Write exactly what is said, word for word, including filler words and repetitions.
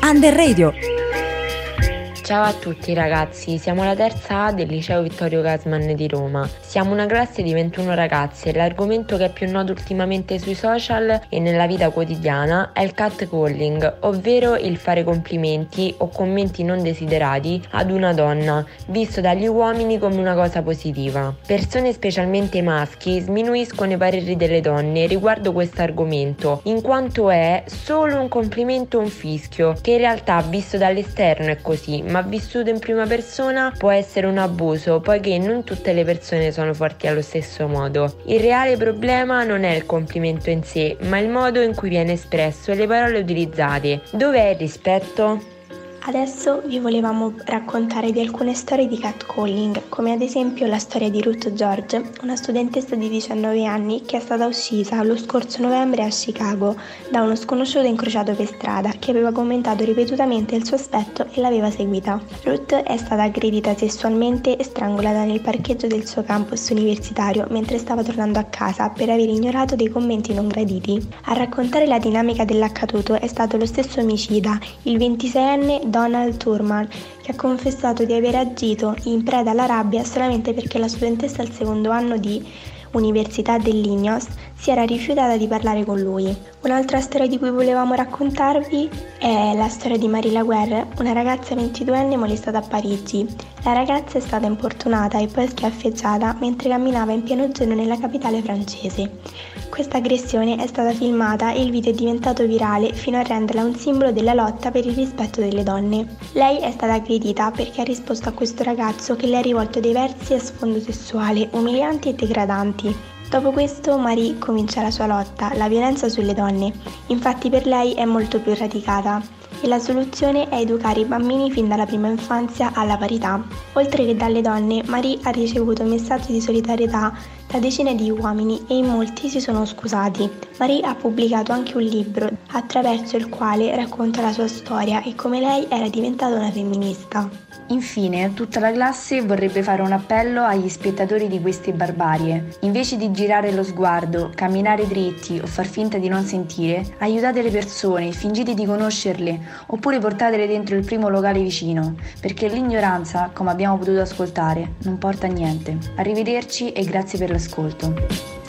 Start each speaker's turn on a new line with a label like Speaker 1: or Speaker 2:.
Speaker 1: Under Radio.
Speaker 2: Ciao a tutti ragazzi, siamo la terza A del liceo Vittorio Gassman di Roma. Siamo una classe di ventuno ragazzi e l'argomento che è più noto ultimamente sui social e nella vita quotidiana è il catcalling, ovvero il fare complimenti o commenti non desiderati ad una donna, visto dagli uomini come una cosa positiva. Persone specialmente maschi sminuiscono i pareri delle donne riguardo questo argomento, in quanto è solo un complimento o un fischio, che in realtà visto dall'esterno è così, ma vissuto in prima persona può essere un abuso, poiché non tutte le persone sono forti allo stesso modo. Il reale problema non è il complimento in sé, ma il modo in cui viene espresso e le parole utilizzate. Dov'è il rispetto?
Speaker 3: Adesso vi volevamo raccontare di alcune storie di catcalling, come ad esempio la storia di Ruth George, una studentessa di diciannove anni che è stata uccisa lo scorso novembre a Chicago da uno sconosciuto incrociato per strada che aveva commentato ripetutamente il suo aspetto e l'aveva seguita. Ruth è stata aggredita sessualmente e strangolata nel parcheggio del suo campus universitario mentre stava tornando a casa per aver ignorato dei commenti non graditi. A raccontare la dinamica dell'accaduto è stato lo stesso omicida, il ventiseienne Donald Thurman, che ha confessato di aver agito in preda alla rabbia solamente perché la studentessa al secondo anno di Università dell'Illinois si era rifiutata di parlare con lui. Un'altra storia di cui volevamo raccontarvi è la storia di Marie Laguerre, una ragazza ventiduenne molestata a Parigi. La ragazza è stata importunata e poi schiaffeggiata mentre camminava in pieno giorno nella capitale francese. Questa aggressione è stata filmata e il video è diventato virale fino a renderla un simbolo della lotta per il rispetto delle donne. Lei è stata aggredita perché ha risposto a questo ragazzo che le ha rivolto dei versi a sfondo sessuale, umilianti e degradanti. Dopo questo Marie comincia la sua lotta, la violenza sulle donne. Infatti per lei è molto più radicata e la soluzione è educare i bambini fin dalla prima infanzia alla parità. Oltre che dalle donne, Marie ha ricevuto messaggi di solidarietà da decine di uomini e in molti si sono scusati. Marie ha pubblicato anche un libro attraverso il quale racconta la sua storia e come lei era diventata una femminista.
Speaker 4: Infine, tutta la classe vorrebbe fare un appello agli spettatori di queste barbarie. Invece di girare lo sguardo, camminare dritti o far finta di non sentire, aiutate le persone, fingete di conoscerle oppure portatele dentro il primo locale vicino, perché l'ignoranza, come abbiamo potuto ascoltare, non porta a niente. Arrivederci e grazie per l'ascolto.